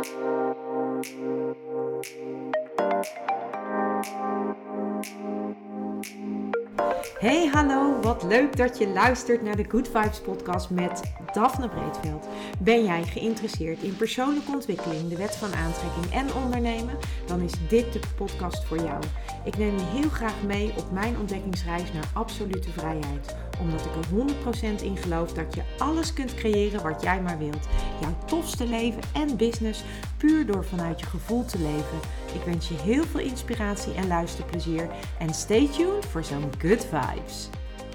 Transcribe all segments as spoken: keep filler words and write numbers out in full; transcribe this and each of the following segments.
Hey, hallo, wat leuk dat je luistert naar de Good Vibes podcast met Daphne Breedveld. Ben jij geïnteresseerd in persoonlijke ontwikkeling, de wet van aantrekking en ondernemen? Dan is dit de podcast voor jou. Ik neem je heel graag mee op mijn ontdekkingsreis naar absolute vrijheid. Omdat ik er honderd procent in geloof dat je alles kunt creëren wat jij maar wilt. Jouw tofste leven en business puur door vanuit je gevoel te leven. Ik wens je heel veel inspiratie en luisterplezier. En stay tuned voor zo'n good vibes.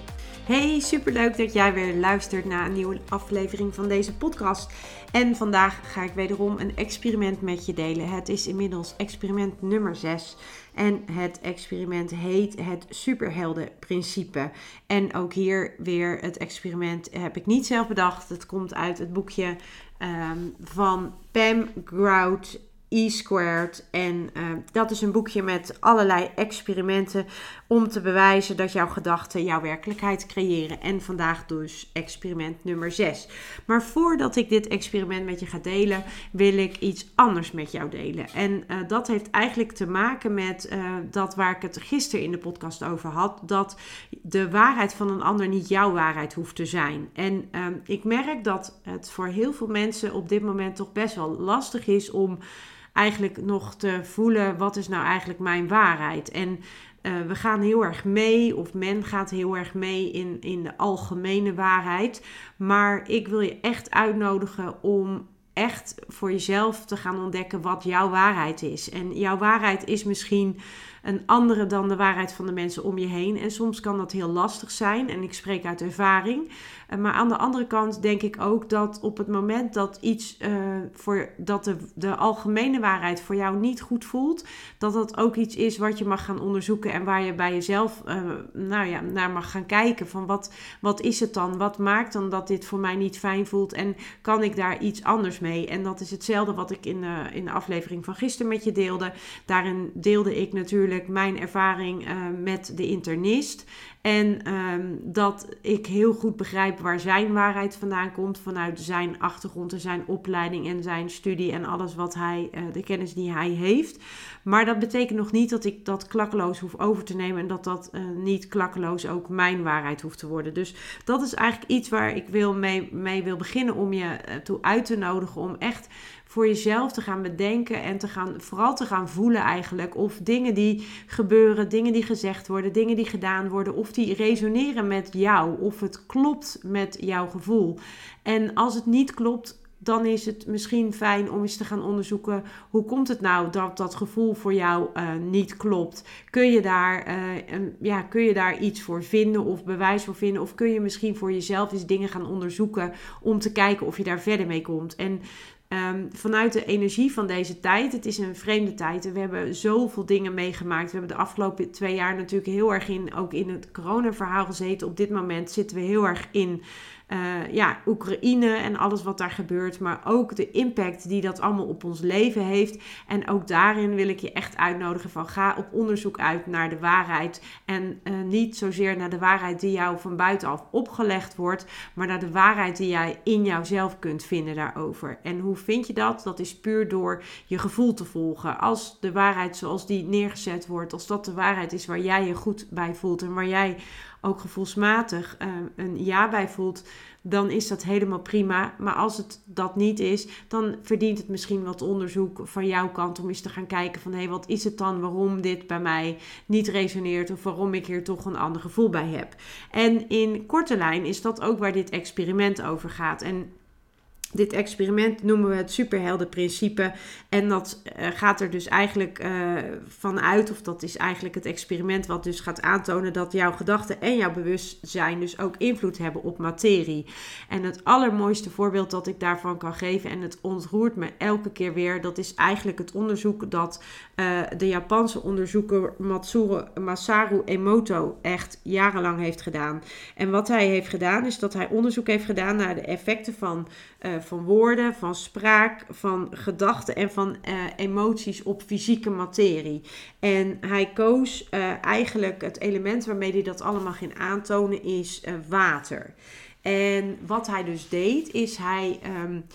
Hey, superleuk dat jij weer luistert naar een nieuwe aflevering van deze podcast. En vandaag ga ik wederom een experiment met je delen. Het is inmiddels experiment nummer zes. En het experiment heet het superheldenprincipe. En ook hier weer het experiment heb ik niet zelf bedacht. Het komt uit het boekje um, van Pam Grout, E Squared. En uh, dat is een boekje met allerlei experimenten om te bewijzen dat jouw gedachten jouw werkelijkheid creëren. En vandaag dus experiment nummer zes. Maar voordat ik dit experiment met je ga delen, wil ik iets anders met jou delen. En uh, dat heeft eigenlijk te maken met uh, dat waar ik het gisteren in de podcast over had. Dat de waarheid van een ander niet jouw waarheid hoeft te zijn. En uh, ik merk dat het voor heel veel mensen op dit moment toch best wel lastig is om eigenlijk nog te voelen, wat is nou eigenlijk mijn waarheid? En uh, we gaan heel erg mee, of men gaat heel erg mee in, in de algemene waarheid. Maar ik wil je echt uitnodigen om echt voor jezelf te gaan ontdekken wat jouw waarheid is. En jouw waarheid is misschien een andere dan de waarheid van de mensen om je heen. En soms kan dat heel lastig zijn. En ik spreek uit ervaring. Maar aan de andere kant denk ik ook dat op het moment dat iets uh, voor dat de, de algemene waarheid voor jou niet goed voelt, dat dat ook iets is wat je mag gaan onderzoeken en waar je bij jezelf uh, nou ja, naar mag gaan kijken. Van wat, wat is het dan? Wat maakt dan dat dit voor mij niet fijn voelt? En kan ik daar iets anders mee? En dat is hetzelfde wat ik in de, in de aflevering van gisteren met je deelde. Daarin deelde ik natuurlijk mijn ervaring uh, met de internist. En um, dat ik heel goed begrijp waar zijn waarheid vandaan komt. Vanuit zijn achtergrond en zijn opleiding en zijn studie en alles wat hij, uh, de kennis die hij heeft. Maar dat betekent nog niet dat ik dat klakkeloos hoef over te nemen. En dat dat uh, niet klakkeloos ook mijn waarheid hoeft te worden. Dus dat is eigenlijk iets waar ik wil mee, mee wil beginnen om je uh, toe uit te nodigen. Om echt voor jezelf te gaan bedenken en te gaan, vooral te gaan voelen eigenlijk of dingen die gebeuren, dingen die gezegd worden, dingen die gedaan worden, of die resoneren met jou, of het klopt met jouw gevoel. En als het niet klopt, dan is het misschien fijn om eens te gaan onderzoeken, hoe komt het nou dat dat gevoel voor jou uh, niet klopt? Kun je, daar, uh, een, ja, kun je daar iets voor vinden of bewijs voor vinden? Of kun je misschien voor jezelf eens dingen gaan onderzoeken om te kijken of je daar verder mee komt? En Um, vanuit de energie van deze tijd, het is een vreemde tijd en we hebben zoveel dingen meegemaakt. We hebben de afgelopen twee jaar natuurlijk heel erg in, ook in het coronaverhaal gezeten. Op dit moment zitten we heel erg in uh, ja, Oekraïne en alles wat daar gebeurt. Maar ook de impact die dat allemaal op ons leven heeft. En ook daarin wil ik je echt uitnodigen van ga op onderzoek uit naar de waarheid. En uh, niet zozeer naar de waarheid die jou van buitenaf opgelegd wordt, maar naar de waarheid die jij in jouzelf kunt vinden daarover. En hoe vind je dat? Dat is puur door je gevoel te volgen. Als de waarheid zoals die neergezet wordt, als dat de waarheid is waar jij je goed bij voelt en waar jij ook gevoelsmatig uh, een ja bij voelt, dan is dat helemaal prima. Maar als het dat niet is, dan verdient het misschien wat onderzoek van jouw kant om eens te gaan kijken van hé, hey, wat is het dan waarom dit bij mij niet resoneert of waarom ik hier toch een ander gevoel bij heb. En in korte lijn is dat ook waar dit experiment over gaat. En dit experiment noemen we het superheldenprincipe. En dat uh, gaat er dus eigenlijk uh, vanuit, of dat is eigenlijk het experiment wat dus gaat aantonen dat jouw gedachten en jouw bewustzijn dus ook invloed hebben op materie. En het allermooiste voorbeeld dat ik daarvan kan geven, en het ontroert me elke keer weer, dat is eigenlijk het onderzoek dat uh, de Japanse onderzoeker Matsuru, Masaru Emoto echt jarenlang heeft gedaan. En wat hij heeft gedaan is dat hij onderzoek heeft gedaan naar de effecten van Uh, van woorden, van spraak, van gedachten en van uh, emoties op fysieke materie. En hij koos uh, eigenlijk het element waarmee hij dat allemaal ging aantonen is uh, water. En wat hij dus deed is hij... Um,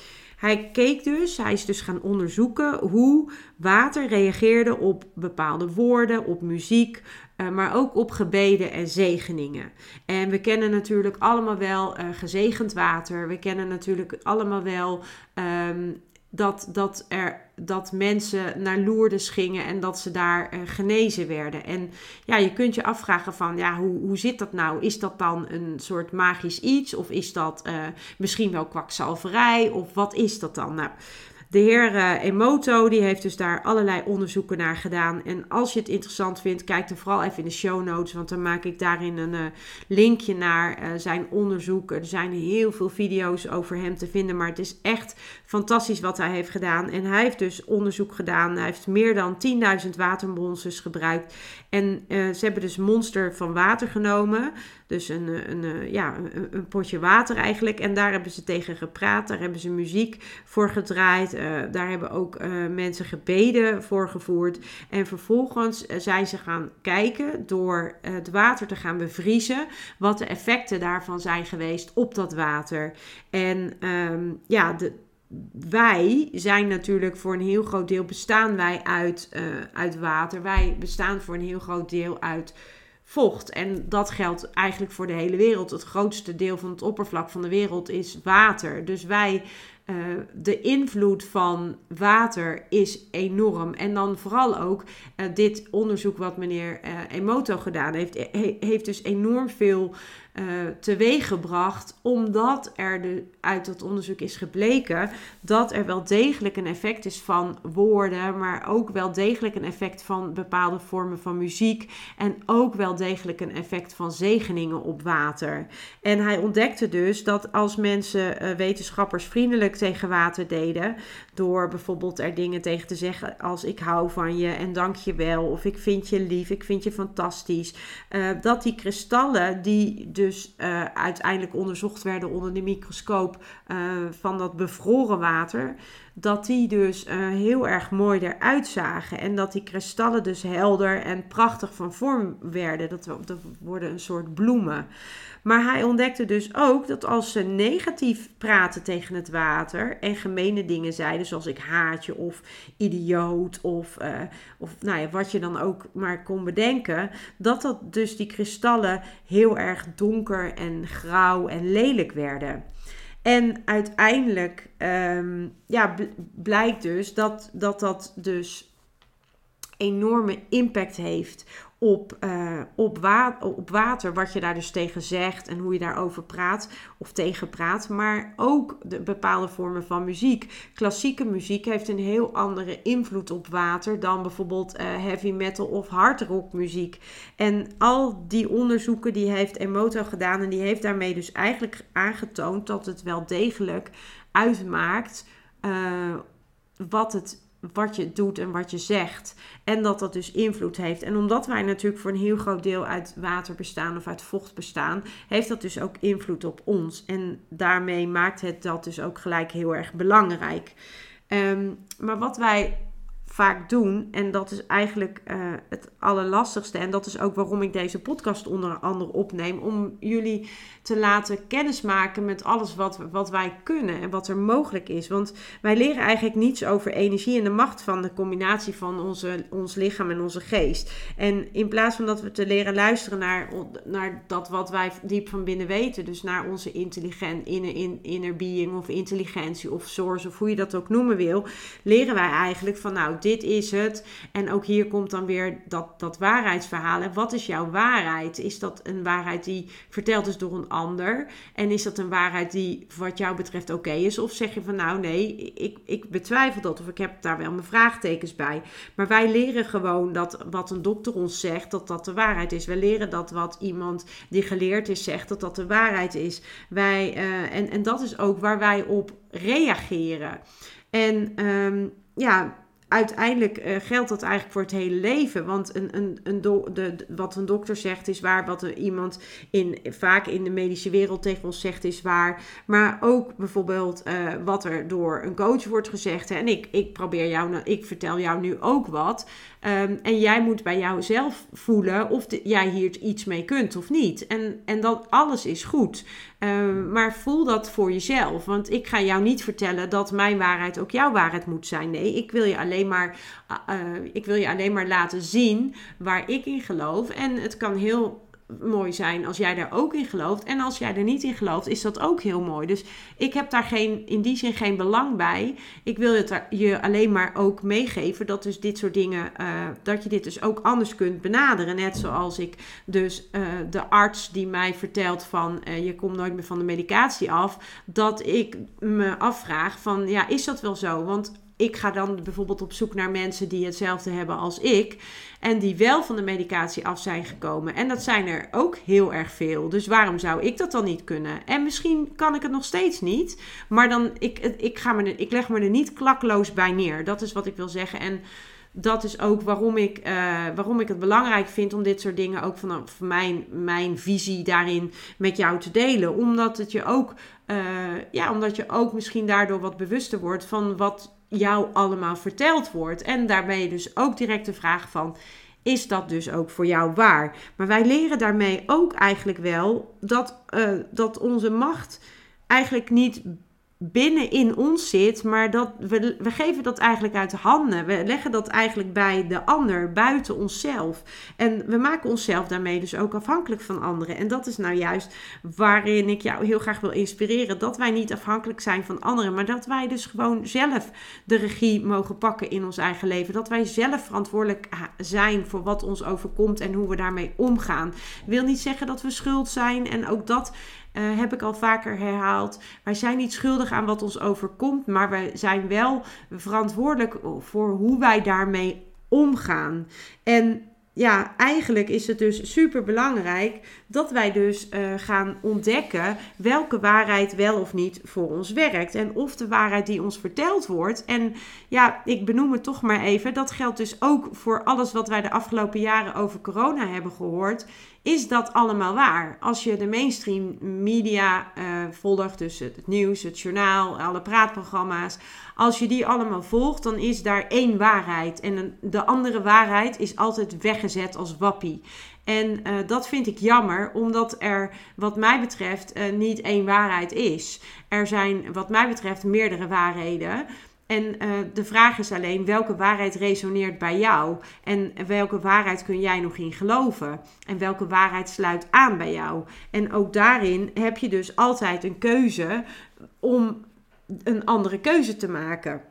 hij keek dus, hij is dus gaan onderzoeken hoe water reageerde op bepaalde woorden, op muziek, uh, maar ook op gebeden en zegeningen. En we kennen natuurlijk allemaal wel uh, gezegend water. We kennen natuurlijk allemaal wel um, dat, dat, er, dat mensen naar Lourdes gingen en dat ze daar uh, genezen werden. En ja, je kunt je afvragen van, ja, hoe, hoe zit dat nou? Is dat dan een soort magisch iets? Of is dat uh, misschien wel kwakzalverij? Of wat is dat dan? Nou, de heer uh, Emoto, die heeft dus daar allerlei onderzoeken naar gedaan. En als je het interessant vindt, kijk dan vooral even in de show notes. Want dan maak ik daarin een uh, linkje naar uh, zijn onderzoek. Er zijn heel veel video's over hem te vinden. Maar het is echt fantastisch wat hij heeft gedaan. En hij heeft dus onderzoek gedaan. Hij heeft meer dan tienduizend watermonsters gebruikt. En uh, ze hebben dus monster van water genomen. Dus een, een, een, ja, een, een potje water eigenlijk. En daar hebben ze tegen gepraat. Daar hebben ze muziek voor gedraaid. Uh, daar hebben ook uh, mensen gebeden voor gevoerd. En vervolgens uh, zijn ze gaan kijken door uh, het water te gaan bevriezen. Wat de effecten daarvan zijn geweest op dat water. En um, ja, de... Wij zijn natuurlijk voor een heel groot deel bestaan wij uit, uh, uit water. Wij bestaan voor een heel groot deel uit vocht. En dat geldt eigenlijk voor de hele wereld. Het grootste deel van het oppervlak van de wereld is water. Dus wij, uh, de invloed van water is enorm. En dan vooral ook uh, dit onderzoek wat meneer uh, Emoto gedaan heeft, he, heeft dus enorm veel Uh, teweeg gebracht, omdat er de, uit dat onderzoek is gebleken dat er wel degelijk een effect is van woorden, maar ook wel degelijk een effect van bepaalde vormen van muziek en ook wel degelijk een effect van zegeningen op water. En hij ontdekte dus dat als mensen, uh, wetenschappers, vriendelijk tegen water deden, door bijvoorbeeld er dingen tegen te zeggen als ik hou van je en dank je wel, of ik vind je lief, ik vind je fantastisch, uh, dat die kristallen die dus uh, uiteindelijk onderzocht werden onder de microscoop uh, van dat bevroren water, dat die dus uh, heel erg mooi eruit zagen. En dat die kristallen dus helder en prachtig van vorm werden. Dat, dat worden een soort bloemen. Maar hij ontdekte dus ook dat als ze negatief praten tegen het water en gemene dingen zeiden, zoals ik haat je of idioot of, uh, of nou ja, wat je dan ook maar kon bedenken, dat dat dus die kristallen heel erg donker en grauw en lelijk werden. En uiteindelijk um, ja, blijkt dus dat, dat dat dus enorme impact heeft op, uh, op, wa- op water, wat je daar dus tegen zegt en hoe je daarover praat of tegen praat, maar ook de bepaalde vormen van muziek. Klassieke muziek heeft een heel andere invloed op water dan bijvoorbeeld uh, heavy metal of hard rock muziek. En al die onderzoeken die heeft Emoto gedaan en die heeft daarmee dus eigenlijk aangetoond dat het wel degelijk uitmaakt uh, wat het wat je doet en wat je zegt. En dat dat dus invloed heeft. En omdat wij natuurlijk voor een heel groot deel uit water bestaan of uit vocht bestaan, heeft dat dus ook invloed op ons. En daarmee maakt het dat dus ook gelijk heel erg belangrijk. Um, maar wat wij vaak doen, en dat is eigenlijk uh, het allerlastigste, en dat is ook waarom ik deze podcast onder andere opneem, om jullie te laten kennismaken met alles wat, wat wij kunnen en wat er mogelijk is. Want wij leren eigenlijk niets over energie en de macht van de combinatie van onze, ons lichaam en onze geest. En in plaats van dat we te leren luisteren naar, naar dat wat wij diep van binnen weten, dus naar onze intelligent, inner, inner being of intelligentie of source of hoe je dat ook noemen wil, leren wij eigenlijk van nou, dit is het. En ook hier komt dan weer dat, dat waarheidsverhaal. En wat is jouw waarheid? Is dat een waarheid die verteld is door een ander? En is dat een waarheid die wat jou betreft oké okay is? Of zeg je van nou nee, ik, ik betwijfel dat. Of ik heb daar wel mijn vraagtekens bij. Maar wij leren gewoon dat wat een dokter ons zegt, dat dat de waarheid is. We leren dat wat iemand die geleerd is zegt, dat dat de waarheid is. Wij, uh, en, en dat is ook waar wij op reageren. En um, ja... Uiteindelijk uh, geldt dat eigenlijk voor het hele leven. Want een, een, een do- de, de, wat een dokter zegt is waar. Wat er iemand in, vaak in de medische wereld tegen ons zegt is waar. Maar ook bijvoorbeeld uh, wat er door een coach wordt gezegd. Hè. En ik, ik probeer jou, nou, ik vertel jou nu ook wat. Um, en jij moet bij jouzelf voelen of de, jij hier iets mee kunt of niet. En, en dat alles is goed. Uh, maar voel dat voor jezelf. Want ik ga jou niet vertellen dat mijn waarheid ook jouw waarheid moet zijn. Nee, ik wil je alleen maar, uh, ik wil je alleen maar laten zien waar ik in geloof. En het kan heel mooi zijn als jij daar ook in gelooft. En als jij er niet in gelooft, is dat ook heel mooi. Dus ik heb daar geen, in die zin geen belang bij. Ik wil het je alleen maar ook meegeven dat dus dit soort dingen, uh, dat je dit dus ook anders kunt benaderen. Net zoals ik dus uh, de arts die mij vertelt van uh, je komt nooit meer van de medicatie af, dat ik me afvraag van ja, is dat wel zo? Want ik ga dan bijvoorbeeld op zoek naar mensen die hetzelfde hebben als ik. En die wel van de medicatie af zijn gekomen. En dat zijn er ook heel erg veel. Dus waarom zou ik dat dan niet kunnen? En misschien kan ik het nog steeds niet. Maar dan, ik, ik, ga me, ik leg me er niet klakloos bij neer. Dat is wat ik wil zeggen. En dat is ook waarom ik, uh, waarom ik het belangrijk vind om dit soort dingen ook vanaf mijn, mijn visie daarin met jou te delen. Omdat het je ook, uh, ja, omdat je ook misschien daardoor wat bewuster wordt van wat jou allemaal verteld wordt. En daarbij dus ook direct de vraag van, is dat dus ook voor jou waar? Maar wij leren daarmee ook eigenlijk wel dat, uh, dat onze macht eigenlijk niet binnenin ons zit, maar dat we, we geven dat eigenlijk uit de handen. We leggen dat eigenlijk bij de ander, buiten onszelf. En we maken onszelf daarmee dus ook afhankelijk van anderen. En dat is nou juist waarin ik jou heel graag wil inspireren. Dat wij niet afhankelijk zijn van anderen, maar dat wij dus gewoon zelf de regie mogen pakken in ons eigen leven. Dat wij zelf verantwoordelijk zijn voor wat ons overkomt en hoe we daarmee omgaan. Ik wil niet zeggen dat we schuld zijn en ook dat Uh, heb ik al vaker herhaald. Wij zijn niet schuldig aan wat ons overkomt, maar wij zijn wel verantwoordelijk voor hoe wij daarmee omgaan. En ja, eigenlijk is het dus super belangrijk dat wij dus uh, gaan ontdekken welke waarheid wel of niet voor ons werkt. En of de waarheid die ons verteld wordt. En ja, ik benoem het toch maar even. Dat geldt dus ook voor alles wat wij de afgelopen jaren over corona hebben gehoord. Is dat allemaal waar? Als je de mainstream media uh, volgt, dus het nieuws, het journaal, alle praatprogramma's. Als je die allemaal volgt, dan is daar één waarheid. En de andere waarheid is altijd weggezet als wappie. En uh, dat vind ik jammer, omdat er wat mij betreft uh, niet één waarheid is. Er zijn wat mij betreft meerdere waarheden. En uh, de vraag is alleen welke waarheid resoneert bij jou en welke waarheid kun jij nog in geloven en welke waarheid sluit aan bij jou. En ook daarin heb je dus altijd een keuze om een andere keuze te maken.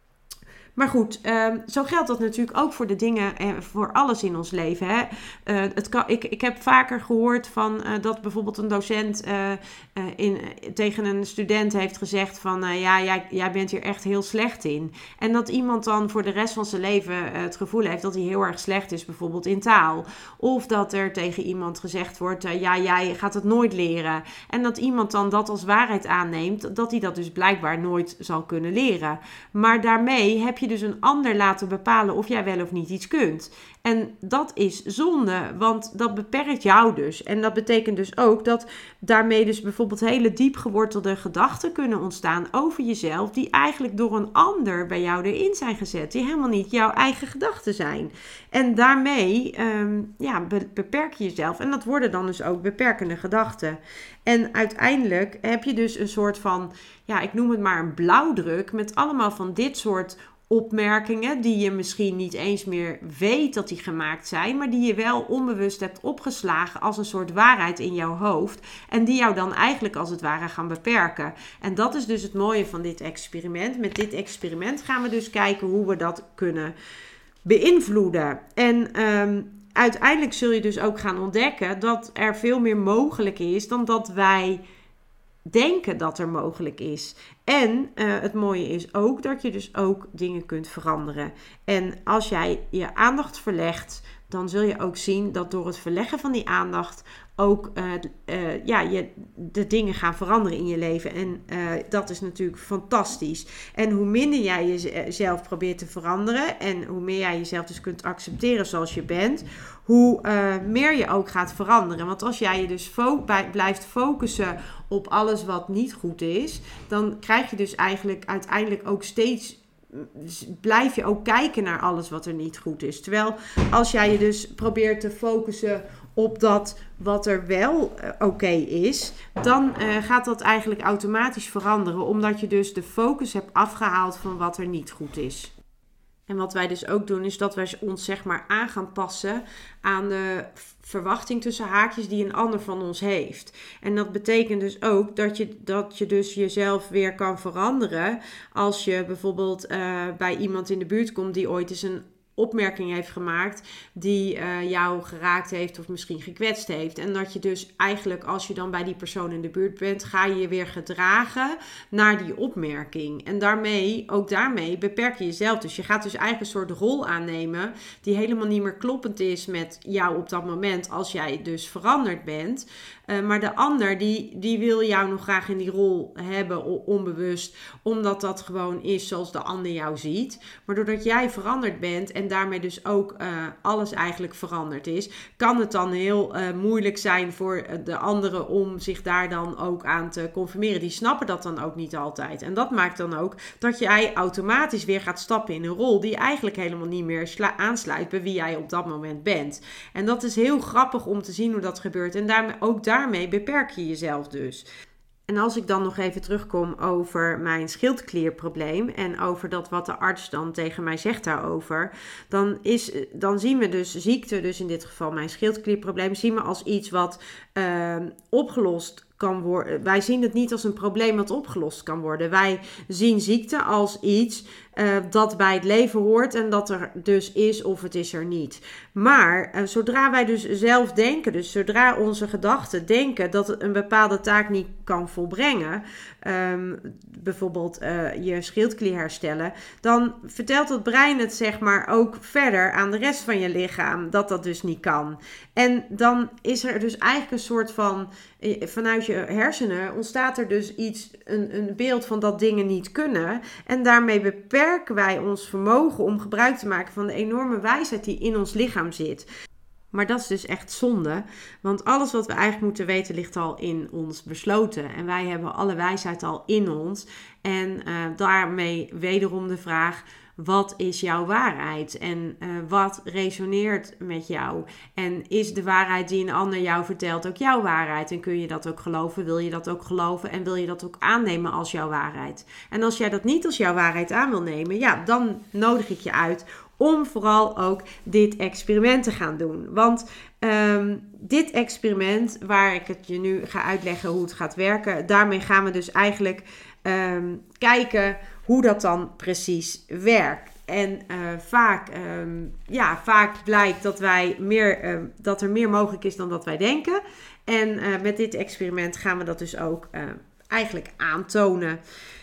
Maar goed, uh, zo geldt dat natuurlijk ook voor de dingen en voor alles in ons leven. Hè? Uh, het kan, ik, ik heb vaker gehoord van uh, dat bijvoorbeeld een docent uh, uh, in, tegen een student heeft gezegd van uh, ja, jij, jij bent hier echt heel slecht in. En dat iemand dan voor de rest van zijn leven uh, het gevoel heeft dat hij heel erg slecht is, bijvoorbeeld in taal. Of dat er tegen iemand gezegd wordt, uh, ja, jij gaat het nooit leren. En dat iemand dan dat als waarheid aanneemt, dat hij dat dus blijkbaar nooit zal kunnen leren. Maar daarmee heb je dus een ander laten bepalen of jij wel of niet iets kunt. En dat is zonde, want dat beperkt jou dus. En dat betekent dus ook dat daarmee dus bijvoorbeeld hele diep gewortelde gedachten kunnen ontstaan over jezelf, die eigenlijk door een ander bij jou erin zijn gezet, die helemaal niet jouw eigen gedachten zijn. En daarmee um, ja, be- beperk je jezelf. En dat worden dan dus ook beperkende gedachten. En uiteindelijk heb je dus een soort van, ja, ik noem het maar een blauwdruk met allemaal van dit soort opmerkingen die je misschien niet eens meer weet dat die gemaakt zijn, maar die je wel onbewust hebt opgeslagen als een soort waarheid in jouw hoofd en die jou dan eigenlijk als het ware gaan beperken. En dat is dus het mooie van dit experiment. Met dit experiment gaan we dus kijken hoe we dat kunnen beïnvloeden. En um, uiteindelijk zul je dus ook gaan ontdekken dat er veel meer mogelijk is dan dat wij denken dat er mogelijk is. En uh, het mooie is ook dat je dus ook dingen kunt veranderen. En als jij je aandacht verlegt, dan zul je ook zien dat door het verleggen van die aandacht ook uh, uh, ja, je, de dingen gaan veranderen in je leven. En uh, dat is natuurlijk fantastisch. En hoe minder jij jezelf probeert te veranderen en hoe meer jij jezelf dus kunt accepteren zoals je bent, hoe uh, meer je ook gaat veranderen. Want als jij je dus fo- bij, blijft focussen op alles wat niet goed is, dan krijg je dus eigenlijk uiteindelijk ook steeds, blijf je ook kijken naar alles wat er niet goed is. Terwijl als jij je dus probeert te focussen op dat wat er wel uh, oké okay is, dan uh, gaat dat eigenlijk automatisch veranderen, omdat je dus de focus hebt afgehaald van wat er niet goed is. En wat wij dus ook doen, is dat wij ons zeg maar aan gaan passen aan de verwachting tussen haakjes die een ander van ons heeft. En dat betekent dus ook dat je, dat je dus jezelf weer kan veranderen als je bijvoorbeeld uh, bij iemand in de buurt komt die ooit eens een opmerking heeft gemaakt die uh, jou geraakt heeft of misschien gekwetst heeft. En dat je dus eigenlijk, als je dan bij die persoon in de buurt bent, ga je je weer gedragen naar die opmerking. En daarmee, ook daarmee beperk je jezelf. Dus je gaat dus eigenlijk een soort rol aannemen die helemaal niet meer kloppend is met jou op dat moment, als jij dus veranderd bent. Uh, maar de ander, die, die wil jou nog graag in die rol hebben, onbewust, omdat dat gewoon is zoals de ander jou ziet. Maar doordat jij veranderd bent en daarmee dus ook uh, alles eigenlijk veranderd is, kan het dan heel uh, moeilijk zijn voor de anderen om zich daar dan ook aan te conformeren. Die snappen dat dan ook niet altijd. En dat maakt dan ook dat jij automatisch weer gaat stappen in een rol die eigenlijk helemaal niet meer sla- aansluit bij wie jij op dat moment bent. En dat is heel grappig om te zien hoe dat gebeurt. En daarmee, ook daarmee beperk je jezelf dus. En als ik dan nog even terugkom over mijn schildklierprobleem en over dat wat de arts dan tegen mij zegt daarover, dan, is, dan zien we dus ziekte, dus in dit geval mijn schildklierprobleem, zien we als iets wat uh, opgelost kan worden. Wij zien het niet als een probleem wat opgelost kan worden. Wij zien ziekte als iets uh, dat bij het leven hoort en dat er dus is of het is er niet. Maar uh, zodra wij dus zelf denken, dus zodra onze gedachten denken dat het een bepaalde taak niet kan volbrengen, um, bijvoorbeeld uh, je schildklier herstellen, dan vertelt het brein het zeg maar ook verder aan de rest van je lichaam dat dat dus niet kan. En dan is er dus eigenlijk een soort van, vanuit je hersenen ontstaat er dus iets, een, een beeld van dat dingen niet kunnen. En daarmee beperken wij ons vermogen om gebruik te maken van de enorme wijsheid die in ons lichaam zit. Maar dat is dus echt zonde, want alles wat we eigenlijk moeten weten ligt al in ons besloten. En wij hebben alle wijsheid al in ons. En uh, daarmee wederom de vraag, wat is jouw waarheid? En uh, wat resoneert met jou? En is de waarheid die een ander jou vertelt ook jouw waarheid? En kun je dat ook geloven? Wil je dat ook geloven? En wil je dat ook aannemen als jouw waarheid? En als jij dat niet als jouw waarheid aan wil nemen, ja, dan nodig ik je uit om vooral ook dit experiment te gaan doen. Want um, dit experiment, waar ik het je nu ga uitleggen hoe het gaat werken, daarmee gaan we dus eigenlijk um, kijken hoe dat dan precies werkt. En uh, vaak, um, ja, vaak blijkt dat, wij meer, uh, dat er meer mogelijk is dan dat wij denken. En uh, met dit experiment gaan we dat dus ook uh, eigenlijk aantonen.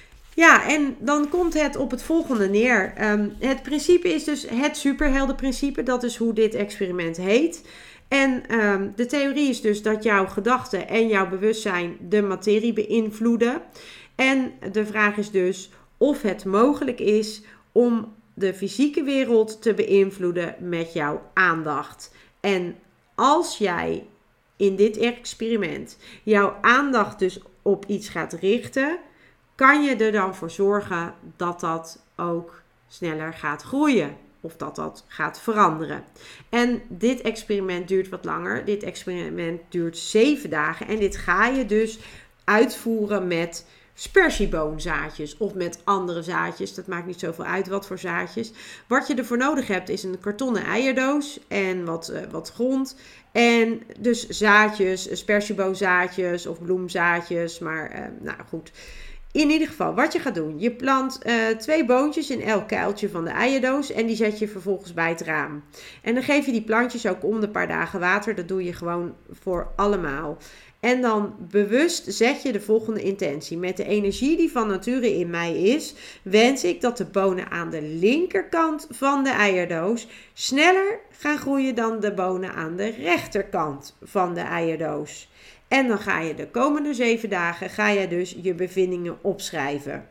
Ja, en dan komt het op het volgende neer. Um, het principe is dus het superheldenprincipe. Dat is hoe dit experiment heet. En um, de theorie is dus dat jouw gedachten en jouw bewustzijn de materie beïnvloeden. En de vraag is dus of het mogelijk is om de fysieke wereld te beïnvloeden met jouw aandacht. En als jij in dit experiment jouw aandacht dus op iets gaat richten, kan je er dan voor zorgen dat dat ook sneller gaat groeien of dat dat gaat veranderen. En dit experiment duurt wat langer. Dit experiment duurt zeven dagen en dit ga je dus uitvoeren met spersieboonzaadjes of met andere zaadjes. Dat maakt niet zoveel uit wat voor zaadjes. Wat je ervoor nodig hebt is een kartonnen eierdoos en wat, uh, wat grond. En dus zaadjes, spersieboonzaadjes of bloemzaadjes. Maar uh, nou goed. In ieder geval, wat je gaat doen. Je plant uh, twee boontjes in elk kuiltje van de eierdoos en die zet je vervolgens bij het raam. En dan geef je die plantjes ook om de paar dagen water. Dat doe je gewoon voor allemaal. En dan bewust zet je de volgende intentie. Met de energie die van nature in mij is, wens ik dat de bonen aan de linkerkant van de eierdoos sneller gaan groeien dan de bonen aan de rechterkant van de eierdoos. En dan ga je de komende zeven dagen, ga je dus je bevindingen opschrijven.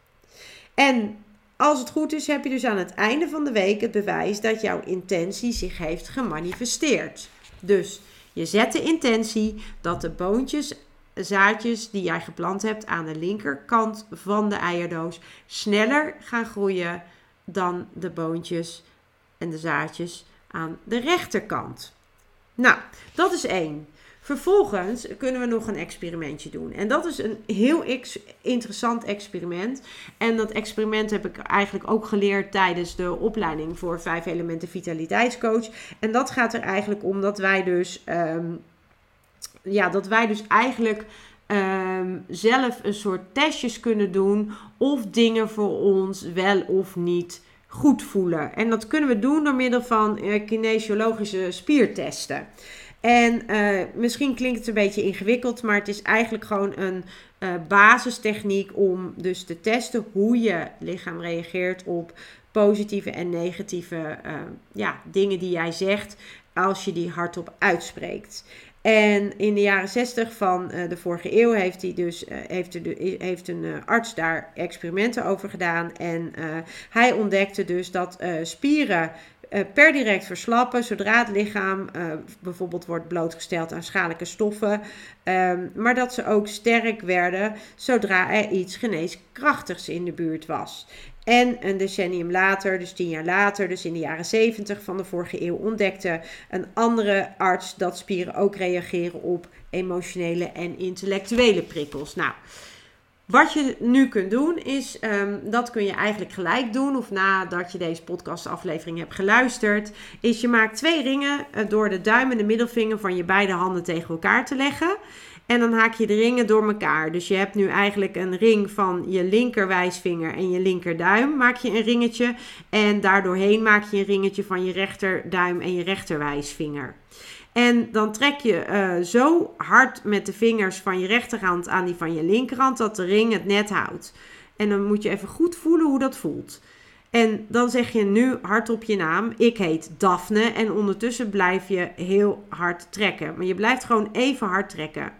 En als het goed is, heb je dus aan het einde van de week het bewijs dat jouw intentie zich heeft gemanifesteerd. Dus je zet de intentie dat de boontjes, zaadjes die jij geplant hebt aan de linkerkant van de eierdoos sneller gaan groeien dan de boontjes en de zaadjes aan de rechterkant. Nou, dat is één. Vervolgens kunnen we nog een experimentje doen. En dat is een heel ex- interessant experiment. En dat experiment heb ik eigenlijk ook geleerd tijdens de opleiding voor vijf elementen vitaliteitscoach. En dat gaat er eigenlijk om dat wij dus, um, ja, dat wij dus eigenlijk um, zelf een soort testjes kunnen doen of dingen voor ons wel of niet goed voelen. En dat kunnen we doen door middel van uh, kinesiologische spiertesten. En uh, misschien klinkt het een beetje ingewikkeld, maar het is eigenlijk gewoon een uh, basistechniek om dus te testen hoe je lichaam reageert op positieve en negatieve uh, ja, dingen die jij zegt als je die hardop uitspreekt. En in de jaren zestig van uh, de vorige eeuw heeft, hij dus, uh, heeft, er de, heeft een uh, arts daar experimenten over gedaan. En uh, hij ontdekte dus dat uh, spieren uh, per direct verslappen zodra het lichaam uh, bijvoorbeeld wordt blootgesteld aan schadelijke stoffen. Um, maar dat ze ook sterk werden zodra er iets geneeskrachtigs in de buurt was. En een decennium later, dus tien jaar later, dus in de jaren zeventig van de vorige eeuw, ontdekte een andere arts dat spieren ook reageren op emotionele en intellectuele prikkels. Nou, wat je nu kunt doen is, um, dat kun je eigenlijk gelijk doen, of nadat je deze podcastaflevering hebt geluisterd, is je maakt twee ringen door de duim en de middelvinger van je beide handen tegen elkaar te leggen. En dan haak je de ringen door elkaar. Dus je hebt nu eigenlijk een ring van je linkerwijsvinger en je linkerduim. Maak je een ringetje. En daardoorheen maak je een ringetje van je rechterduim en je rechterwijsvinger. En dan trek je uh, zo hard met de vingers van je rechterhand aan die van je linkerhand dat de ring het net houdt. En dan moet je even goed voelen hoe dat voelt. En dan zeg je nu hardop je naam. Ik heet Daphne. En ondertussen blijf je heel hard trekken. Maar je blijft gewoon even hard trekken.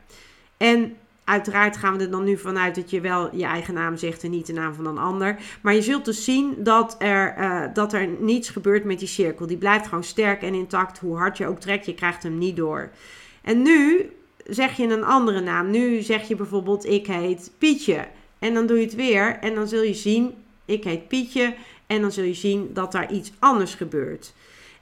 En uiteraard gaan we er dan nu vanuit dat je wel je eigen naam zegt en niet de naam van een ander. Maar je zult dus zien dat er, uh, dat er niets gebeurt met die cirkel. Die blijft gewoon sterk en intact. Hoe hard je ook trekt, je krijgt hem niet door. En nu zeg je een andere naam. Nu zeg je bijvoorbeeld ik heet Pietje. En dan doe je het weer en dan zul je zien ik heet Pietje. En dan zul je zien dat daar iets anders gebeurt.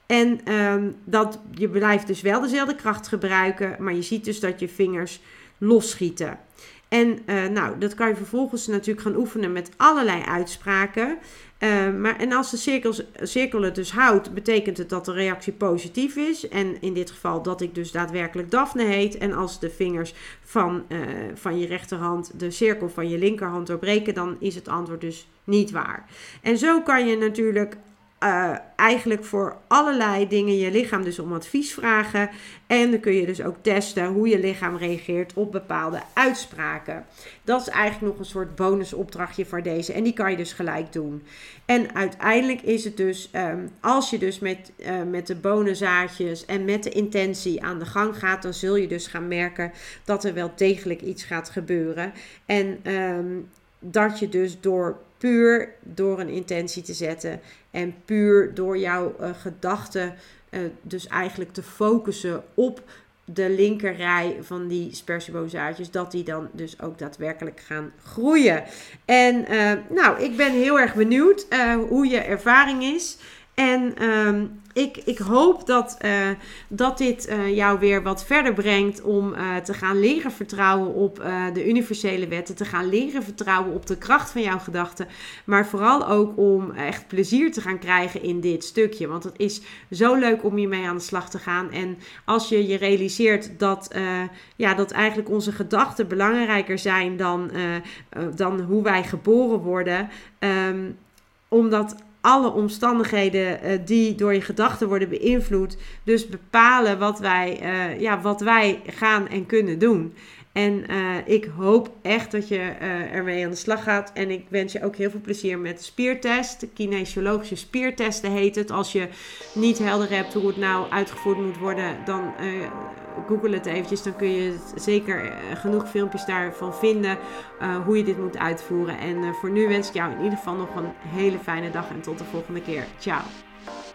En um, dat je blijft dus wel dezelfde kracht gebruiken. Maar je ziet dus dat je vingers losschieten. En uh, nou, dat kan je vervolgens natuurlijk gaan oefenen met allerlei uitspraken. Uh, maar, en als de cirkels, cirkel het dus houdt, betekent het dat de reactie positief is. En in dit geval dat ik dus daadwerkelijk Daphne heet. En als de vingers van, uh, van je rechterhand de cirkel van je linkerhand doorbreken, dan is het antwoord dus niet waar. En zo kan je natuurlijk Uh, eigenlijk voor allerlei dingen je lichaam dus om advies vragen. En dan kun je dus ook testen hoe je lichaam reageert op bepaalde uitspraken. Dat is eigenlijk nog een soort bonusopdrachtje voor deze. En die kan je dus gelijk doen. En uiteindelijk is het dus, um, als je dus met, uh, met de bonenzaadjes en met de intentie aan de gang gaat, dan zul je dus gaan merken dat er wel degelijk iets gaat gebeuren. En um, dat je dus door puur door een intentie te zetten en puur door jouw uh, gedachten uh, dus eigenlijk te focussen op de linkerrij van die spersieboonzaadjes, dat die dan dus ook daadwerkelijk gaan groeien. En uh, nou, ik ben heel erg benieuwd uh, hoe je ervaring is. En um, ik, ik hoop dat, uh, dat dit uh, jou weer wat verder brengt om uh, te gaan leren vertrouwen op uh, de universele wetten. Te gaan leren vertrouwen op de kracht van jouw gedachten. Maar vooral ook om echt plezier te gaan krijgen in dit stukje. Want het is zo leuk om hiermee aan de slag te gaan. En als je je realiseert dat, uh, ja, dat eigenlijk onze gedachten belangrijker zijn dan, uh, uh, dan hoe wij geboren worden. Um, omdat alle omstandigheden uh, die door je gedachten worden beïnvloed, dus bepalen wat wij, uh, ja, wat wij gaan en kunnen doen. En uh, ik hoop echt dat je uh, ermee aan de slag gaat. En ik wens je ook heel veel plezier met de spiertest. De kinesiologische spiertesten heet het. Als je niet helder hebt hoe het nou uitgevoerd moet worden, dan uh, google het eventjes. Dan kun je zeker uh, genoeg filmpjes daarvan vinden uh, hoe je dit moet uitvoeren. En uh, voor nu wens ik jou in ieder geval nog een hele fijne dag en tot de volgende keer. Ciao.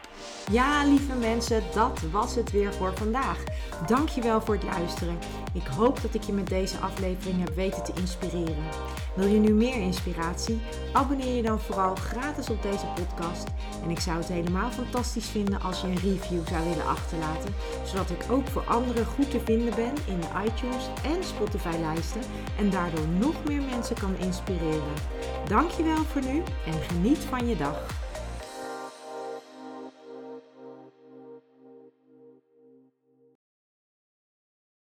Ja, lieve mensen, dat was het weer voor vandaag. Dankjewel voor het luisteren. Ik hoop dat ik je met deze aflevering heb weten te inspireren. Wil je nu meer inspiratie? Abonneer je dan vooral gratis op deze podcast. En ik zou het helemaal fantastisch vinden als je een review zou willen achterlaten, zodat ik ook voor anderen goed te vinden ben in de iTunes en Spotify lijsten en daardoor nog meer mensen kan inspireren. Dankjewel voor nu en geniet van je dag.